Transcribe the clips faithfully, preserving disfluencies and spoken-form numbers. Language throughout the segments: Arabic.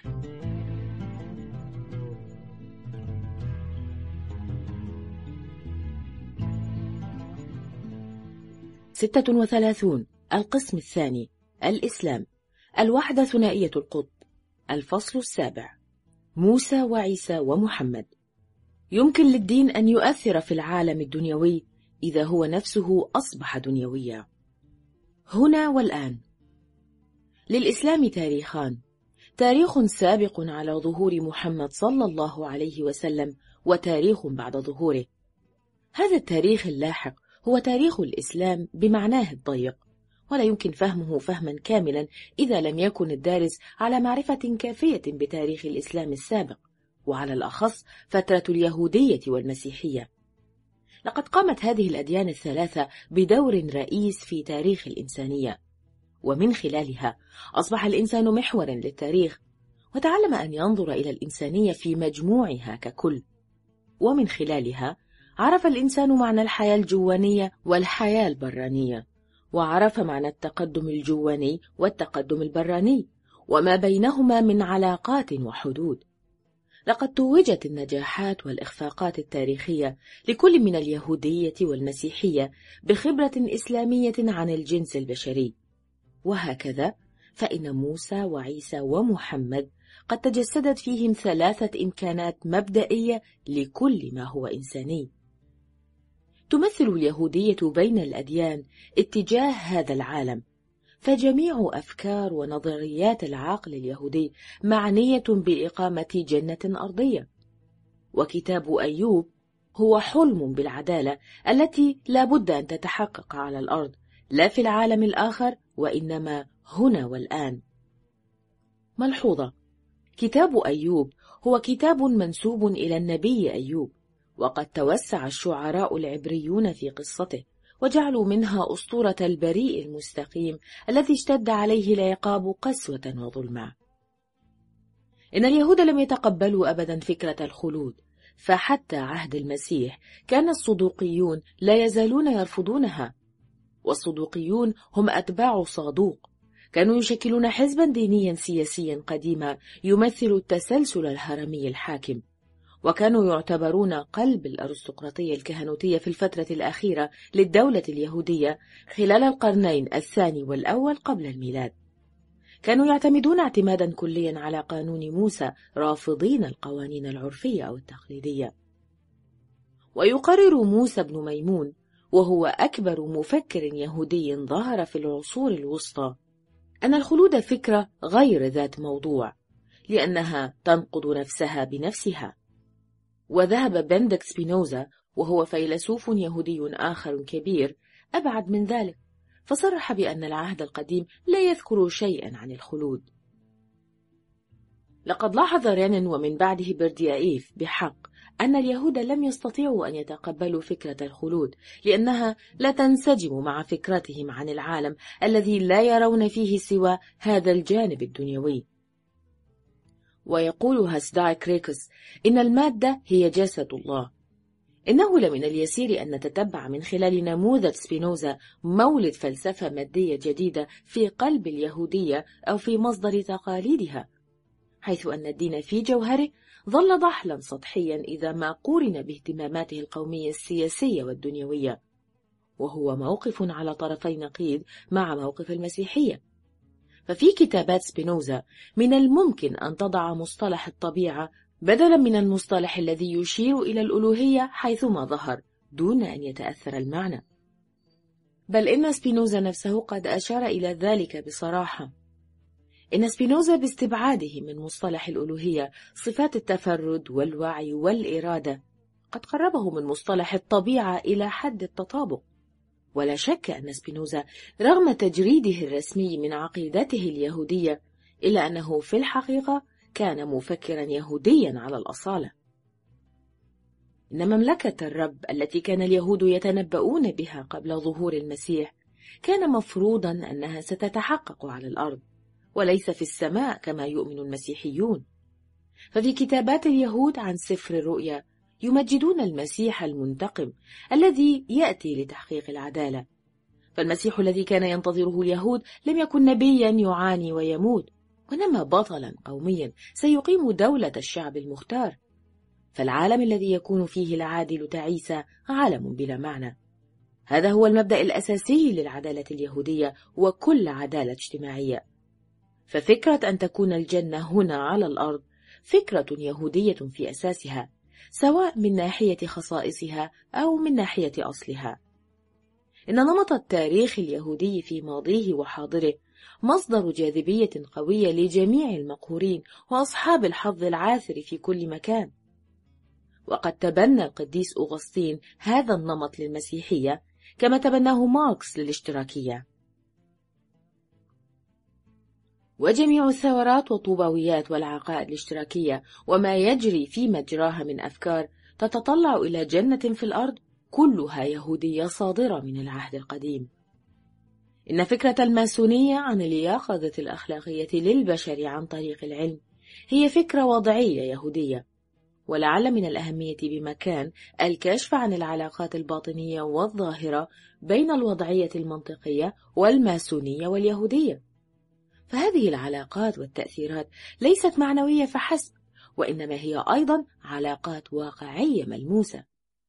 ستة وثلاثون. القسم الثاني. الإسلام. الوحدة ثنائية القطب. الفصل السابع. موسى وعيسى ومحمد. يمكن للدين أن يؤثر في العالم الدنيوي إذا هو نفسه أصبح دنيويا. هنا والآن. للإسلام تاريخان: تاريخ سابق على ظهور محمد صلى الله عليه وسلم، وتاريخ بعد ظهوره. هذا التاريخ اللاحق هو تاريخ الإسلام بمعناه الضيق، ولا يمكن فهمه فهما كاملا إذا لم يكن الدارس على معرفة كافية بتاريخ الإسلام السابق، وعلى الأخص فترة اليهودية والمسيحية. لقد قامت هذه الأديان الثلاثة بدور رئيس في تاريخ الإنسانية، ومن خلالها أصبح الإنسان محورا للتاريخ، وتعلم أن ينظر إلى الإنسانية في مجموعها ككل. ومن خلالها عرف الإنسان معنى الحياة الجوانية والحياة البرانية، وعرف معنى التقدم الجواني والتقدم البراني، وما بينهما من علاقات وحدود. لقد توجت النجاحات والإخفاقات التاريخية لكل من اليهودية والمسيحية بخبرة إسلامية عن الجنس البشري، وهكذا فإن موسى وعيسى ومحمد قد تجسدت فيهم ثلاثة إمكانات مبدئية لكل ما هو إنساني. تمثل اليهودية بين الأديان اتجاه هذا العالم، فجميع أفكار ونظريات العقل اليهودي معنية بإقامة جنة أرضية. وكتاب أيوب هو حلم بالعدالة التي لا بد أن تتحقق على الأرض، لا في العالم الآخر، وإنما هنا والآن. ملحوظة: كتاب أيوب هو كتاب منسوب إلى النبي أيوب، وقد توسع الشعراء العبريون في قصته، وجعلوا منها أسطورة البريء المستقيم الذي اشتد عليه العقاب قسوة وظلما. إن اليهود لم يتقبلوا أبدا فكرة الخلود، فحتى عهد المسيح كان الصدوقيون لا يزالون يرفضونها. والصدوقيون هم أتباع صادوق، كانوا يشكلون حزبا دينيا سياسيا قديما يمثل التسلسل الهرمي الحاكم، وكانوا يعتبرون قلب الأرستقراطية الكهنوتية في الفترة الأخيرة للدولة اليهودية خلال القرنين الثاني والأول قبل الميلاد. كانوا يعتمدون اعتمادا كليا على قانون موسى، رافضين القوانين العرفية أو التقليدية. ويقرر موسى بن ميمون، وهو أكبر مفكر يهودي ظهر في العصور الوسطى، أن الخلود فكرة غير ذات موضوع، لأنها تنقض نفسها بنفسها. وذهب بندك سبينوزا، وهو فيلسوف يهودي آخر كبير، أبعد من ذلك، فصرح بأن العهد القديم لا يذكر شيئا عن الخلود. لقد لاحظ رينن ومن بعده برديائيف بحق أن اليهود لم يستطيعوا أن يتقبلوا فكرة الخلود، لأنها لا تنسجم مع فكرتهم عن العالم الذي لا يرون فيه سوى هذا الجانب الدنيوي. ويقول هاسداي كريكس إن المادة هي جسد الله. إنه لمن اليسير أن نتتبع من خلال نموذج سبينوزا مولد فلسفة مادية جديدة في قلب اليهودية أو في مصدر تقاليدها، حيث أن الدين في جوهره ظل ضحلا سطحيا إذا ما قورن باهتماماته القومية السياسية والدنيوية، وهو موقف على طرفي نقيض مع موقف المسيحية. ففي كتابات سبينوزا من الممكن أن تضع مصطلح الطبيعة بدلا من المصطلح الذي يشير إلى الألوهية حيثما ظهر، دون أن يتأثر المعنى. بل إن سبينوزا نفسه قد أشار إلى ذلك بصراحة. إن سبينوزا باستبعاده من مصطلح الألوهية صفات التفرد والوعي والإرادة قد قربه من مصطلح الطبيعة إلى حد التطابق. ولا شك أن سبينوزا رغم تجريده الرسمي من عقيدته اليهودية إلا أنه في الحقيقة كان مفكرا يهوديا على الأصالة. إن مملكة الرب التي كان اليهود يتنبؤون بها قبل ظهور المسيح كان مفروضا أنها ستتحقق على الأرض وليس في السماء كما يؤمن المسيحيون. ففي كتابات اليهود عن سفر الرؤيا يمجدون المسيح المنتقم الذي يأتي لتحقيق العدالة. فالمسيح الذي كان ينتظره اليهود لم يكن نبيا يعاني ويموت، ونما بطلا قوميا سيقيم دولة الشعب المختار. فالعالم الذي يكون فيه العادل تعيسى عالم بلا معنى. هذا هو المبدأ الأساسي للعدالة اليهودية وكل عدالة اجتماعية. ففكرة أن تكون الجنة هنا على الأرض فكرة يهودية في أساسها، سواء من ناحية خصائصها أو من ناحية أصلها. إن نمط التاريخ اليهودي في ماضيه وحاضره مصدر جاذبية قوية لجميع المقهورين وأصحاب الحظ العاثر في كل مكان. وقد تبنى القديس أغسطين هذا النمط للمسيحية كما تبناه ماركس للاشتراكية. وجميع الثورات والطوباويات والعقائد الاشتراكية وما يجري في مجراها من أفكار تتطلع إلى جنة في الأرض كلها يهودية صادرة من العهد القديم. إن فكرة الماسونية عن اليقظة الأخلاقية للبشر عن طريق العلم هي فكرة وضعية يهودية، ولعل من الأهمية بمكان الكشف عن العلاقات الباطنية والظاهرة بين الوضعية المنطقية والماسونية واليهودية. فهذه العلاقات والتأثيرات ليست معنوية فحسب، وإنما هي أيضا علاقات واقعية ملموسة.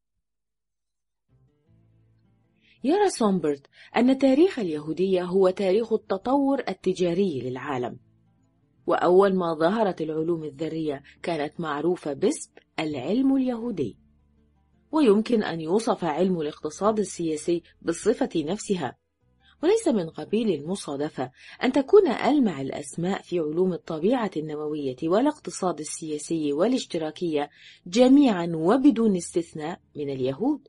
يرى سومبرت أن تاريخ اليهودية هو تاريخ التطور التجاري للعالم، وأول ما ظهرت العلوم الذرية كانت معروفة باسم العلم اليهودي. ويمكن أن يوصف علم الاقتصاد السياسي بالصفة نفسها، وليس من قبيل المصادفة أن تكون ألمع الأسماء في علوم الطبيعة النووية والاقتصاد السياسي والاشتراكية جميعا وبدون استثناء من اليهود.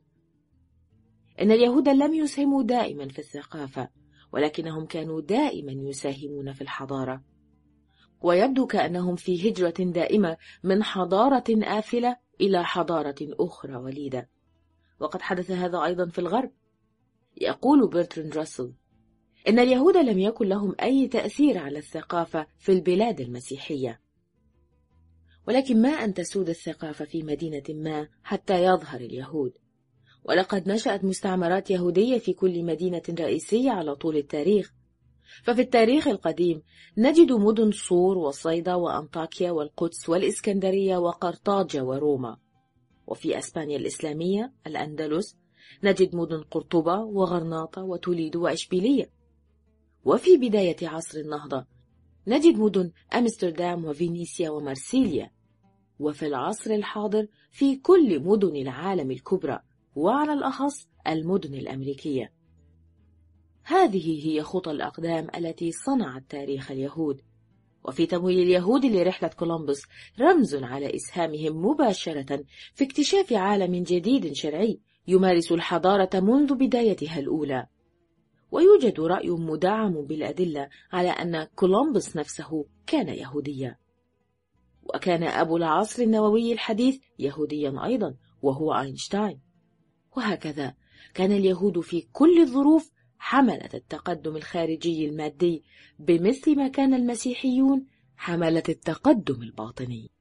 إن اليهود لم يسهموا دائما في الثقافة، ولكنهم كانوا دائما يساهمون في الحضارة، ويبدو كأنهم في هجرة دائمة من حضارة آفلة إلى حضارة أخرى وليدة. وقد حدث هذا أيضا في الغرب. يقول برتراند راسل إن اليهود لم يكن لهم أي تأثير على الثقافة في البلاد المسيحية، ولكن ما أن تسود الثقافة في مدينة ما حتى يظهر اليهود. ولقد نشأت مستعمرات يهودية في كل مدينة رئيسية على طول التاريخ. ففي التاريخ القديم نجد مدن صور وصيدا وأنطاكيا والقدس والإسكندرية وقرطاجة وروما. وفي أسبانيا الإسلامية الأندلس نجد مدن قرطبة وغرناطة وتوليدو وإشبيلية. وفي بداية عصر النهضة نجد مدن أمستردام وفينيسيا ومارسيليا. وفي العصر الحاضر في كل مدن العالم الكبرى، وعلى الأخص المدن الأمريكية. هذه هي خطى الأقدام التي صنعت تاريخ اليهود. وفي تمويل اليهود لرحلة كولومبوس رمز على إسهامهم مباشرة في اكتشاف عالم جديد شرعي يمارس الحضارة منذ بدايتها الأولى. ويوجد رأي مدعم بالأدلة على أن كولومبوس نفسه كان يهوديا. وكان أبو العصر النووي الحديث يهوديا أيضا، وهو أينشتاين. وهكذا كان اليهود في كل الظروف حملة التقدم الخارجي المادي، بمثل ما كان المسيحيون حملة التقدم الباطني.